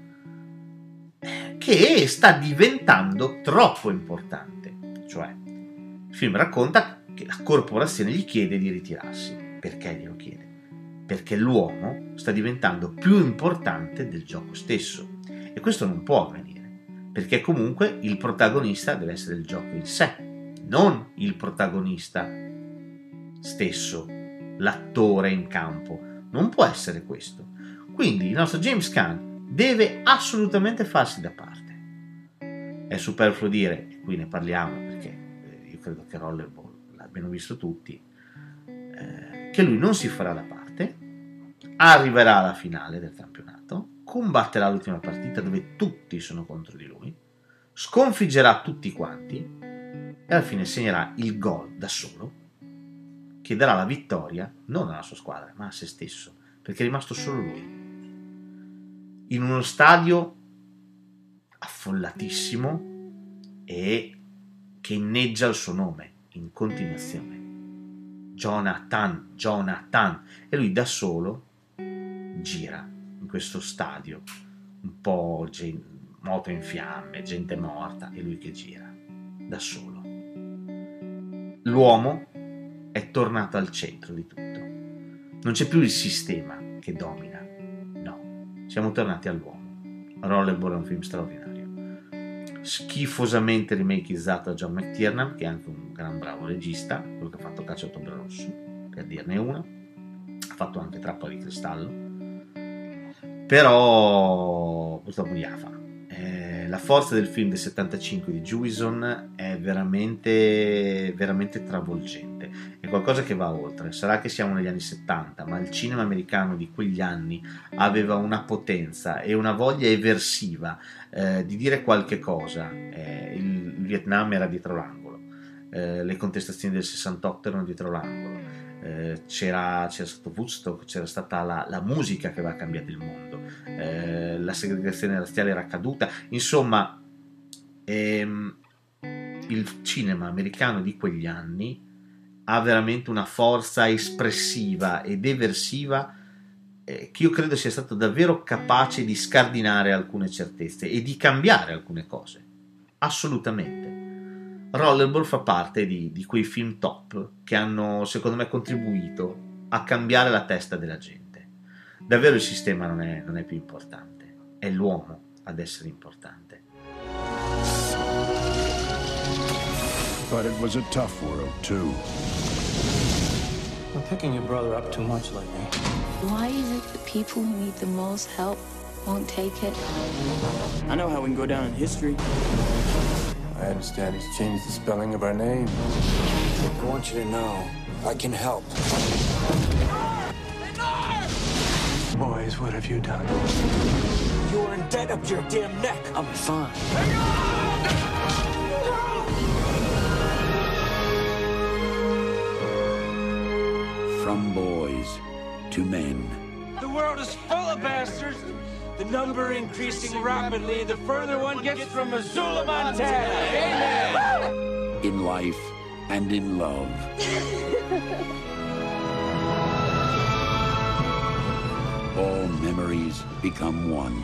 che sta diventando troppo importante. Cioè, il film racconta che la corporazione gli chiede di ritirarsi. Perché glielo chiede? Perché l'uomo sta diventando più importante del gioco stesso, e questo non può avvenire, perché comunque il protagonista deve essere il gioco in sé, non il protagonista stesso, l'attore in campo. Non può essere questo. Quindi il nostro James Caan deve assolutamente farsi da parte. È superfluo dire, e qui ne parliamo perché io credo che Rollerball l'abbiano visto tutti, che lui non si farà da parte, arriverà alla finale del campionato, combatterà l'ultima partita dove tutti sono contro di lui, sconfiggerà tutti quanti e alla fine segnerà il gol da solo che darà la vittoria non alla sua squadra ma a se stesso, perché è rimasto solo lui in uno stadio affollatissimo e che inneggia il suo nome in continuazione. Jonathan, e lui da solo gira in questo stadio, un po' moto in fiamme, gente morta, e lui che gira da solo. L'uomo è tornato al centro di tutto, non c'è più il sistema che domina, no, siamo tornati all'uomo. Rollerball è un film straordinario, schifosamente remakeizzato da John McTiernan, che è anche un gran bravo regista, quello che ha fatto Caccia Ottobre Rosso, per dirne una, ha fatto anche Trappola di Cristallo, però purtroppo gli fa. La forza del film del 75 di Jewison è veramente veramente travolgente, è qualcosa che va oltre. Sarà che siamo negli anni 70, ma il cinema americano di quegli anni aveva una potenza e una voglia eversiva di dire qualche cosa. Il Vietnam era dietro l'angolo, le contestazioni del 68 erano dietro l'angolo, c'era stato Woodstock, c'era stata la musica che aveva cambiato il mondo, la segregazione razziale era caduta, insomma il cinema americano di quegli anni ha veramente una forza espressiva ed eversiva che io credo sia stato davvero capace di scardinare alcune certezze e di cambiare alcune cose, assolutamente. Rollerball fa parte di quei film top che hanno, secondo me, contribuito a cambiare la testa della gente. Davvero il sistema non è più importante, è l'uomo ad essere importante. But it was a tough world, too. You're picking your brother up too much lately. Why is it the people who need the most help won't take it? I know how we can go down in history. I understand he's changed the spelling of our name. I want you to know, I can help. Boys, what have you done? You're in debt up to your damn neck. I'll be fine. From boys to men. The world is full of bastards. The number increasing rapidly the further one gets from Missoula, Montana. Amen. In life and in love. All memories become one.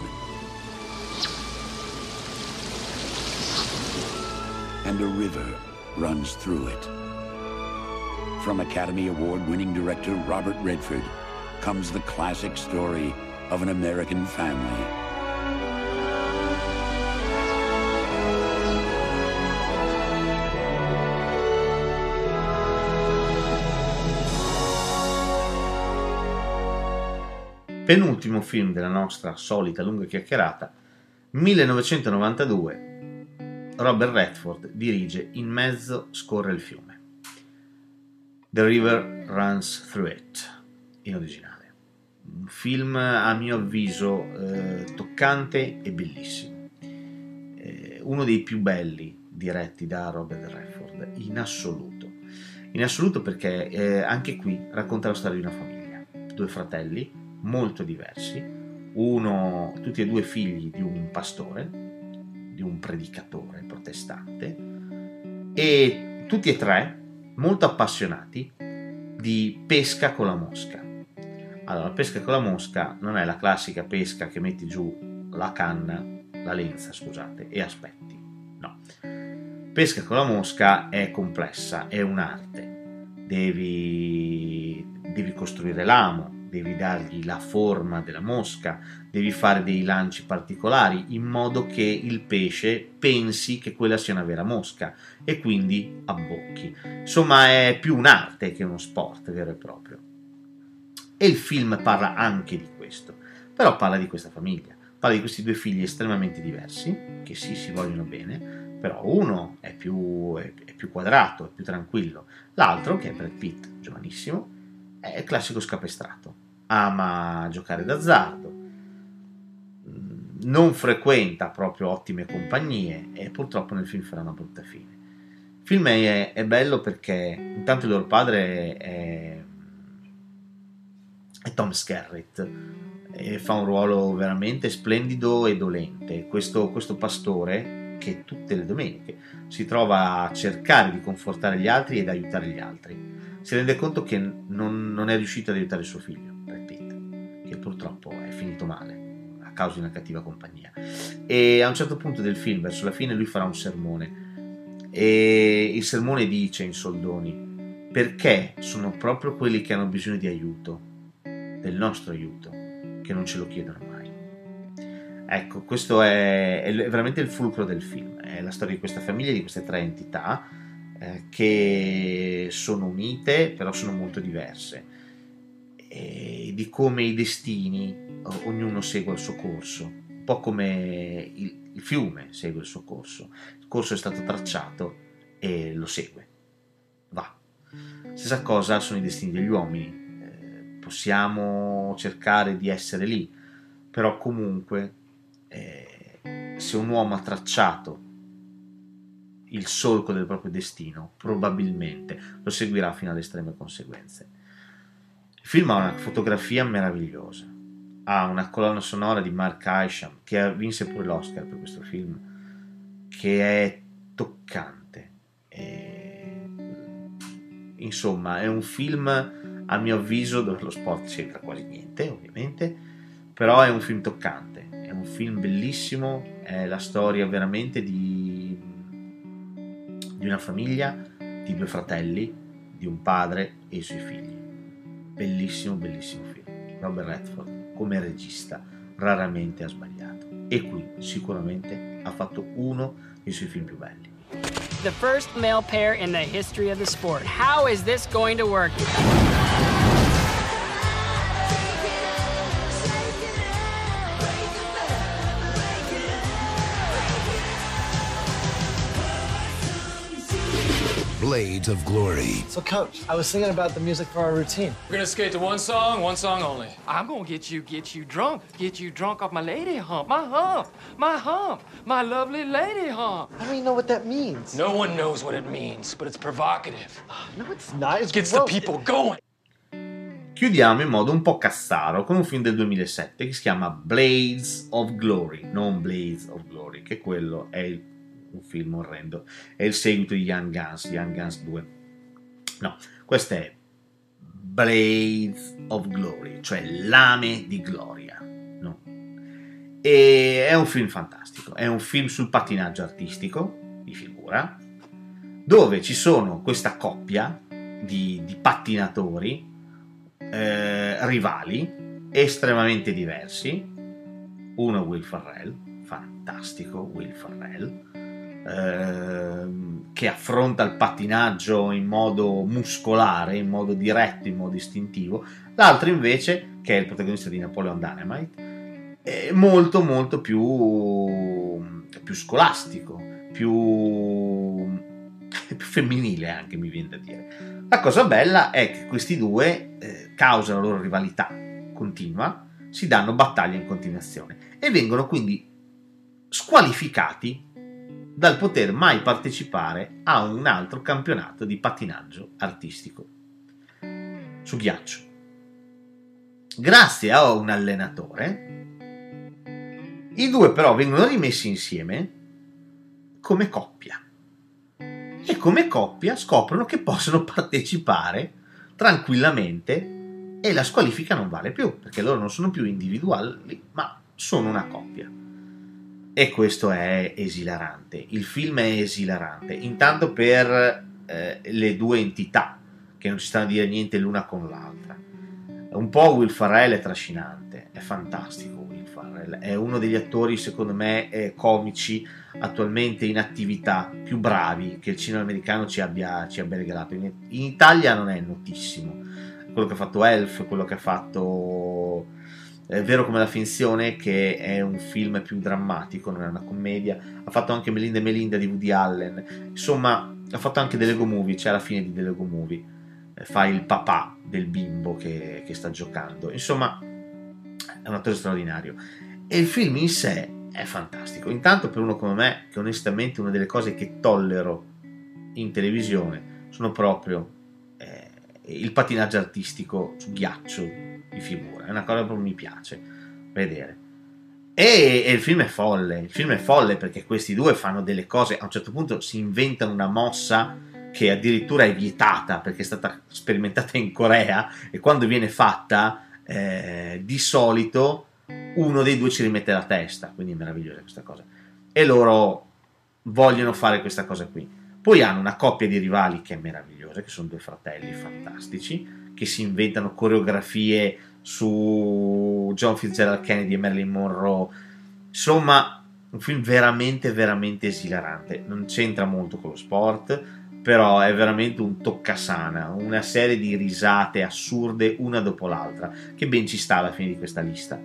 And a river runs through it. From Academy Award-winning director Robert Redford comes the classic story of an American family. Penultimo film della nostra solita lunga chiacchierata, 1992, Robert Redford dirige In mezzo scorre il fiume. The River Runs Through It, in originale. Un film, a mio avviso, toccante e bellissimo. Uno dei più belli diretti da Robert Redford, in assoluto. In assoluto perché anche qui racconta la storia di una famiglia. Due fratelli, molto diversi, tutti e due figli di un pastore, di un predicatore protestante, e tutti e tre molto appassionati di pesca con la mosca. Allora, la pesca con la mosca non è la classica pesca che metti giù la canna, la lenza, scusate, e aspetti. No. Pesca con la mosca è complessa, è un'arte. Devi costruire l'amo, devi dargli la forma della mosca, devi fare dei lanci particolari in modo che il pesce pensi che quella sia una vera mosca e quindi abbocchi. Insomma, è più un'arte che uno sport vero e proprio. E il film parla anche di questo, però parla di questa famiglia, parla di questi due figli estremamente diversi, che sì, si vogliono bene, però uno è più quadrato, è più tranquillo, l'altro, che è Brad Pitt, giovanissimo, è il classico scapestrato, ama giocare d'azzardo, non frequenta proprio ottime compagnie e purtroppo nel film farà una brutta fine. Il film è bello perché intanto il loro padre è Tom Skerritt e fa un ruolo veramente splendido e dolente. Questo pastore che tutte le domeniche si trova a cercare di confortare gli altri ed aiutare gli altri. Si rende conto che non è riuscito ad aiutare il suo figlio, Brad Pitt, che purtroppo è finito male a causa di una cattiva compagnia. E a un certo punto del film, verso la fine, lui farà un sermone e il sermone dice in soldoni: perché sono proprio quelli che hanno bisogno di aiuto, del nostro aiuto, che non ce lo chiedono mai. Ecco, questo è veramente il fulcro del film, è la storia di questa famiglia, di queste tre entità che sono unite però sono molto diverse, e di come i destini, ognuno segue il suo corso, un po' come il fiume segue il suo corso. Il corso è stato tracciato e lo segue, va. Stessa cosa sono i destini degli uomini. Possiamo cercare di essere lì, però comunque se un uomo ha tracciato il solco del proprio destino, probabilmente lo seguirà fino alle estreme conseguenze. Il film ha una fotografia meravigliosa, ha una colonna sonora di Mark Isham, che vinse pure l'Oscar per questo film, che è toccante. Insomma, è un film, a mio avviso, dove lo sport c'entra quasi niente, ovviamente, però è un film toccante, è un film bellissimo, è la storia veramente di una famiglia, di due fratelli, di un padre e i suoi figli. Bellissimo, bellissimo film. Robert Redford, come regista, raramente ha sbagliato, e qui sicuramente ha fatto uno dei suoi film più belli. The first male pair in the history of the sport. How is this going to work? Blades of Glory. So, Coach, I was thinking about the music for our routine. We're gonna skate to one song only. I'm gonna get you drunk off my lady hump, my lovely lady hump. I don't even know what that means. No one knows what it means, but it's provocative. No, it's not. It gets the people going. Chiudiamo in modo un po' cassaro con un film del 2007 che si chiama Blades of Glory, non Blades of Glory, che quello è un film orrendo, è il seguito di Young Guns 2. No, questo è Blades of Glory, cioè lame di gloria, no? E è un film fantastico, è un film sul pattinaggio artistico, di figura, dove ci sono questa coppia di pattinatori rivali estremamente diversi. Uno Will Ferrell, fantastico Will Ferrell, che affronta il pattinaggio in modo muscolare, in modo diretto, in modo istintivo. L'altro invece, che è il protagonista di Napoleon Dynamite, è molto molto più scolastico, più femminile anche, mi viene da dire. La cosa bella è che questi due, causa la loro rivalità continua, si danno battaglie in continuazione e vengono quindi squalificati dal poter mai partecipare a un altro campionato di pattinaggio artistico su ghiaccio. Grazie a un allenatore, i due però vengono rimessi insieme come coppia. E come coppia scoprono che possono partecipare tranquillamente e la squalifica non vale più, perché loro non sono più individuali, ma sono una coppia. E questo è esilarante. Il film è esilarante, intanto per le due entità, che non ci stanno a dire niente l'una con l'altra. Un po' Will Ferrell è trascinante, è fantastico Will Ferrell, è uno degli attori, secondo me, comici attualmente in attività più bravi che il cinema americano ci abbia regalato. In Italia non è notissimo quello che ha fatto Elf, quello che ha fatto Vero come la finzione, che è un film più drammatico, non è una commedia. Ha fatto anche Melinda e Melinda di Woody Allen, insomma ha fatto anche The Lego Movie, c'è alla fine di The Lego Movie, fa il papà del bimbo che sta giocando. Insomma è un attore straordinario e il film in sé è fantastico. Intanto per uno come me, che onestamente una delle cose che tollero in televisione sono proprio il pattinaggio artistico su ghiaccio di figura, è una cosa che proprio mi piace vedere. E il film è folle perché questi due fanno delle cose, a un certo punto si inventano una mossa che addirittura è vietata perché è stata sperimentata in Corea, e quando viene fatta di solito uno dei due ci rimette la testa, quindi è meravigliosa questa cosa, e loro vogliono fare questa cosa qui. Poi hanno una coppia di rivali che è meravigliosa, che sono due fratelli fantastici che si inventano coreografie su John Fitzgerald Kennedy e Marilyn Monroe. Insomma, un film veramente veramente esilarante. Non c'entra molto con lo sport, però è veramente un toccasana, una serie di risate assurde una dopo l'altra, che ben ci sta alla fine di questa lista.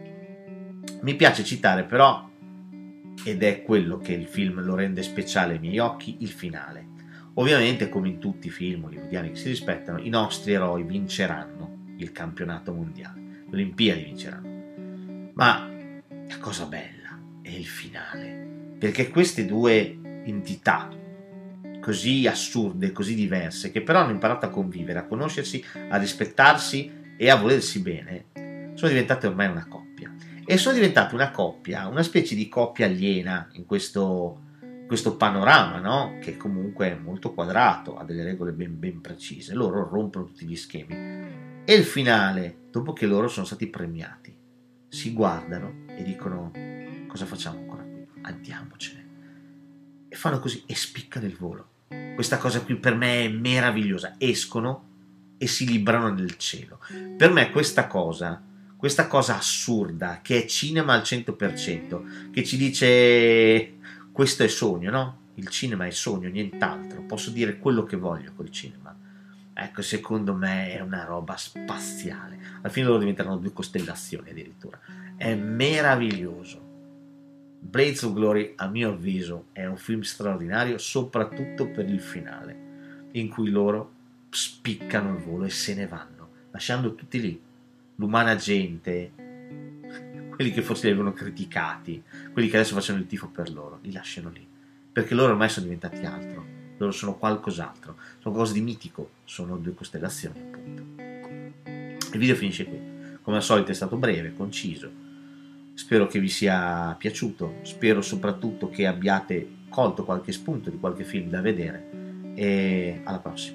Mi piace citare però, ed è quello che il film lo rende speciale ai miei occhi, il finale. Ovviamente, come in tutti i film hollywoodiani che si rispettano, i nostri eroi vinceranno il campionato mondiale, le Olimpiadi vinceranno. Ma la cosa bella è il finale, perché queste due entità così assurde, così diverse, che però hanno imparato a convivere, a conoscersi, a rispettarsi e a volersi bene, sono diventate ormai una coppia. E sono diventate una coppia, una specie di coppia aliena in questo panorama, no? Che comunque è molto quadrato, ha delle regole ben precise. Loro rompono tutti gli schemi. E il finale, dopo che loro sono stati premiati, si guardano e dicono: cosa facciamo ancora qui? Andiamocene. E fanno così e spiccano il volo. Questa cosa qui per me è meravigliosa. Escono e si librano nel cielo. Per me questa cosa assurda, che è cinema al 100%, che ci dice questo è sogno, no? Il cinema è sogno, nient'altro. Posso dire quello che voglio col cinema. Ecco, secondo me è una roba spaziale. Alla fine loro diventeranno due costellazioni addirittura. È meraviglioso. Blades of Glory, a mio avviso, è un film straordinario, soprattutto per il finale. in cui loro spiccano il volo e se ne vanno, lasciando tutti lì, l'umana gente, quelli che forse li avevano criticati, quelli che adesso facevano il tifo per loro, li lasciano lì, perché loro ormai sono diventati altro, loro sono qualcos'altro, sono qualcosa di mitico, sono 2 costellazioni appunto. Il video finisce qui, come al solito è stato breve, conciso, spero che vi sia piaciuto, spero soprattutto che abbiate colto qualche spunto di qualche film da vedere e alla prossima.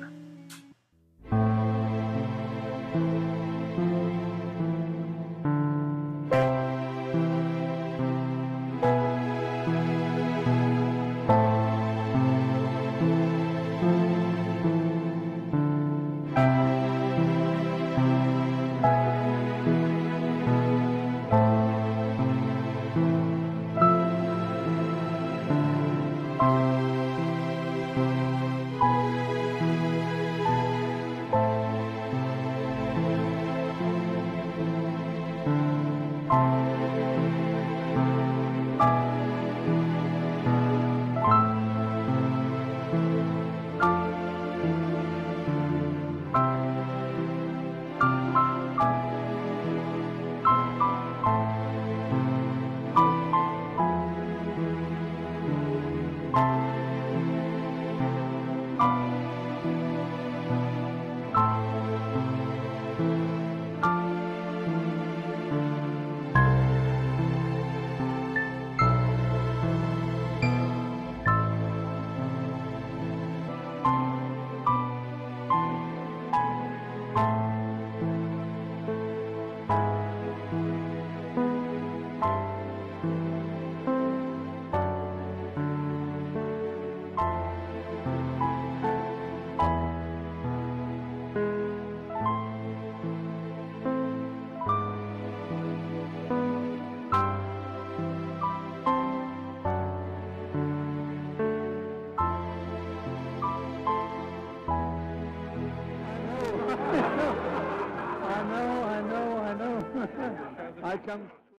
I come